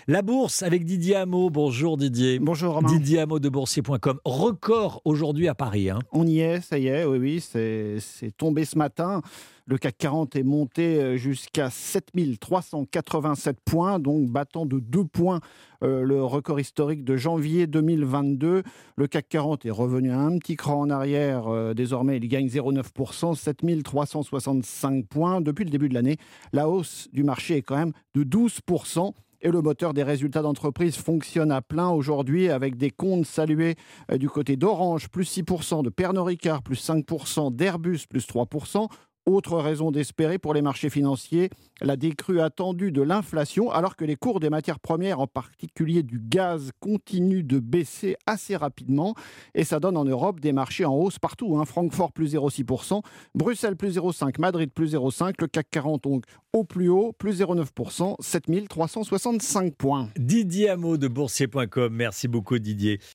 La bourse avec Didier Hameau. Bonjour Didier. Bonjour Romain. Didier Hameau de boursier.com. Record aujourd'hui à Paris. On y est, ça y est, oui, c'est tombé ce matin. Le CAC 40 est monté jusqu'à 7387 points, donc battant de 2 points le record historique de janvier 2022. Le CAC 40 est revenu un petit cran en arrière. Désormais, il gagne 0,9%, 7365 points. Depuis le début de l'année, la hausse du marché est quand même de 12%. Et le moteur des résultats d'entreprise fonctionne à plein aujourd'hui avec des comptes salués du côté d'Orange, plus 6%, de Pernod Ricard, plus 5%, d'Airbus, plus 3%. Autre raison d'espérer pour les marchés financiers, la décrue attendue de l'inflation, alors que les cours des matières premières, en particulier du gaz, continuent de baisser assez rapidement. Et ça donne en Europe des marchés en hausse partout. Francfort plus 0,6%, Bruxelles plus 0,5%, Madrid plus 0,5%, le CAC 40 donc au plus haut, plus 0,9%, 7365 points. Didier Hameau de boursier.com. Merci beaucoup Didier.